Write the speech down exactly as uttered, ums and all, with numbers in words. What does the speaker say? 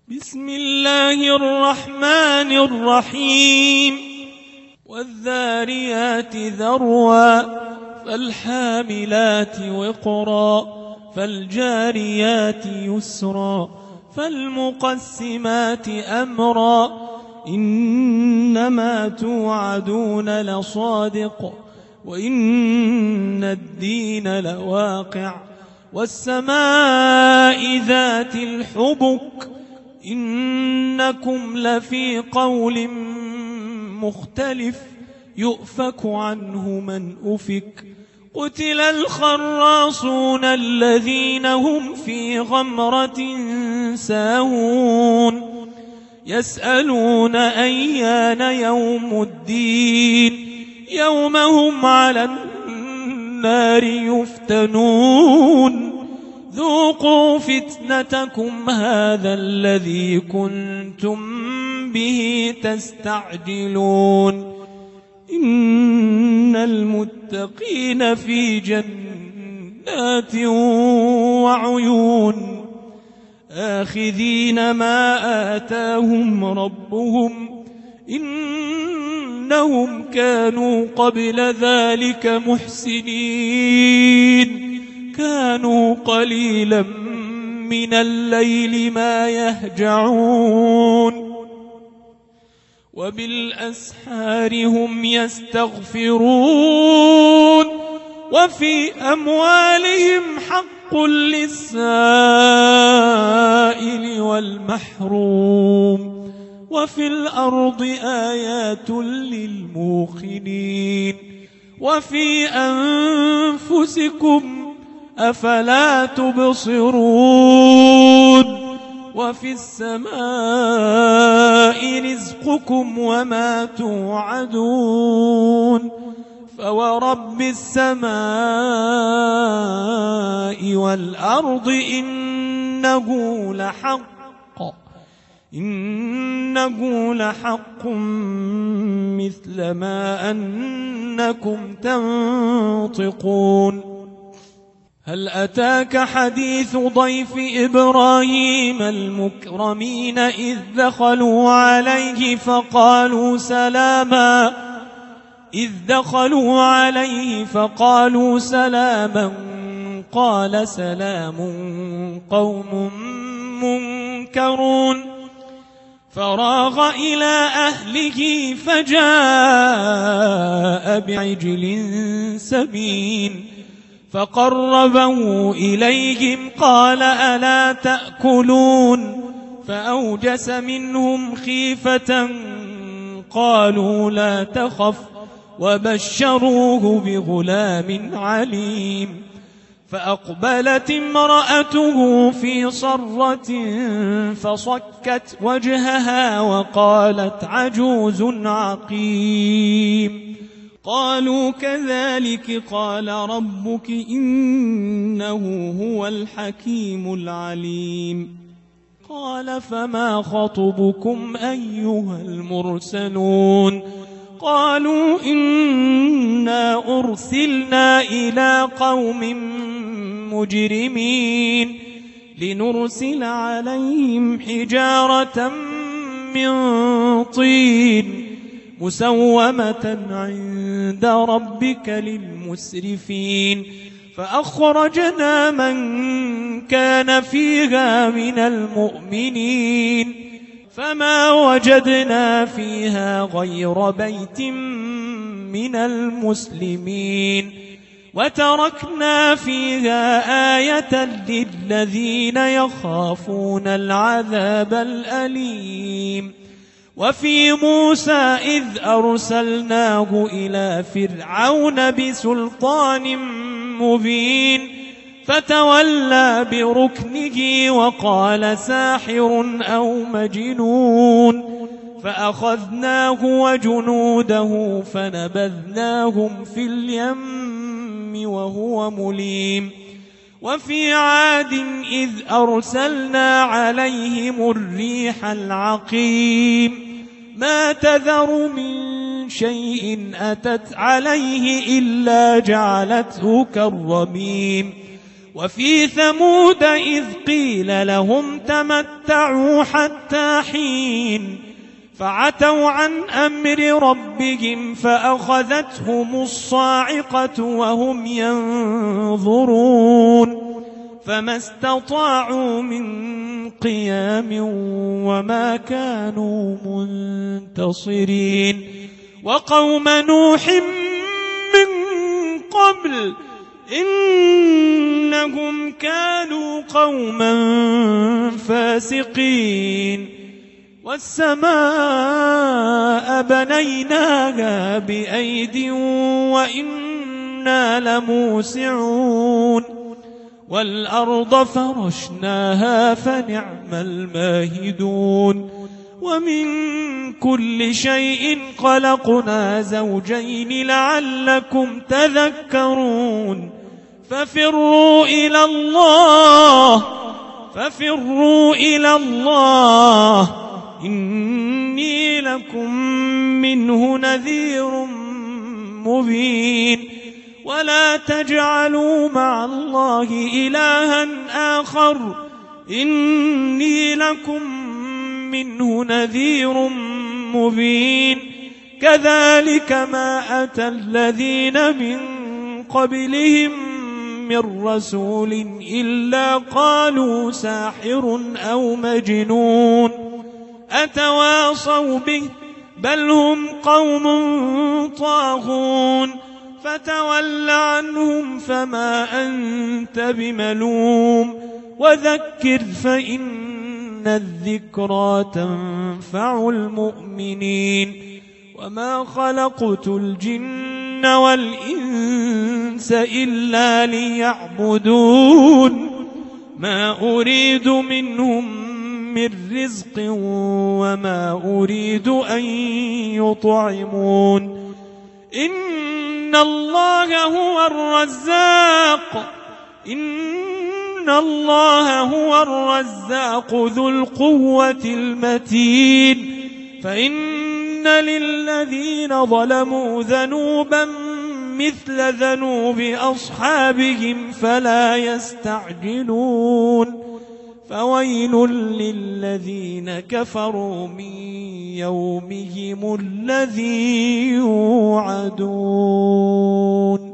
بسم الله الرحمن الرحيم والذاريات ذروا فالحاملات وقرا فالجاريات يسرا فالمقسمات أمرا إنما توعدون لصادق وإن الدين لواقع والسماء ذات الحبك إنكم لفي قول مختلف يؤفك عنه من أفك قتل الخراصون الذين هم في غمرة ساهون يسألون أيان يوم الدين يوم هم على النار يفتنون ذوقوا فتنتكم هذا الذي كنتم به تستعجلون إن المتقين في جنات وعيون آخذين ما آتاهم ربهم إنهم كانوا قبل ذلك محسنين كانوا قليلا من الليل ما يهجعون وبالأسحار هم يستغفرون وفي أموالهم حق للسائل والمحروم وفي الأرض آيات للموقنين وفي أنفسكم أفلا تبصرون وفي السماء رزقكم وما توعدون فورب السماء والأرض إنه لحق إنه لحق مثل ما أنكم تنطقون هل أتاك حديث ضيف إبراهيم المكرمين إذ دخلوا عليه فقالوا سلاما إذ دخلوا عليه فقالوا سلاما قال سلام قوم منكرون فراغ إلى أهله فجاء بعجل سمين فقربه إليهم قال ألا تأكلون فأوجس منهم خيفة قالوا لا تخف وبشروه بغلام عليم فأقبلت امرأته في صرة فصكت وجهها وقالت عجوز عقيم قالوا كذلك قال ربك إنه هو الحكيم العليم قال فما خطبكم أيها المرسلون قالوا إنا أرسلنا إلى قوم مجرمين لنرسل عليهم حجارة من طين مسومة عند ربك للمسرفين فأخرجنا من كان فيها من المؤمنين فما وجدنا فيها غير بيت من المسلمين وتركنا فيها آية للذين يخافون العذاب الأليم وفي موسى إذ أرسلناه إلى فرعون بسلطان مبين فتولى بركنه وقال ساحر أو مجنون فأخذناه وجنوده فنبذناهم في اليم وهو مليم وفي عاد إذ أرسلنا عليهم الريح العقيم ما تذر من شيء أتت عليه إلا جعلته كالرميم وفي ثمود إذ قيل لهم تمتعوا حتى حين فعتوا عن أمر ربهم فأخذتهم الصاعقة وهم ينظرون فما استطاعوا من قيام وما كانوا منتصرين وقوم نوح من قبل إنهم كانوا قوما فاسقين والسماء بنيناها بأيد وإنا لموسعون والأرض فرشناها فنعم الماهدون ومن كل شيء خلقنا زوجين لعلكم تذكرون ففروا إلى الله ففروا إلى الله إني لكم منه نذير مبين ولا تجعلوا مع الله إلها آخر إني لكم منه نذير مبين كذلك ما أتى الذين من قبلهم من رسول إلا قالوا ساحر أو مجنون أتواصوا به بل هم قوم طاغون فتول عنهم فما أنت بملوم وذكر فإن الذكرى تنفع المؤمنين وما خلقت الجن والإنس إلا ليعبدون ما أريد منهم من رزق وما أريد أن يطعمون إن الله هو الرزاق إن الله هو الرزاق ذو القوة المتين فإن للذين ظلموا ذنوبا مثل ذنوب أصحابهم فلا يستعجلون فويل للذين كفروا من يومهم الذي يوعدون.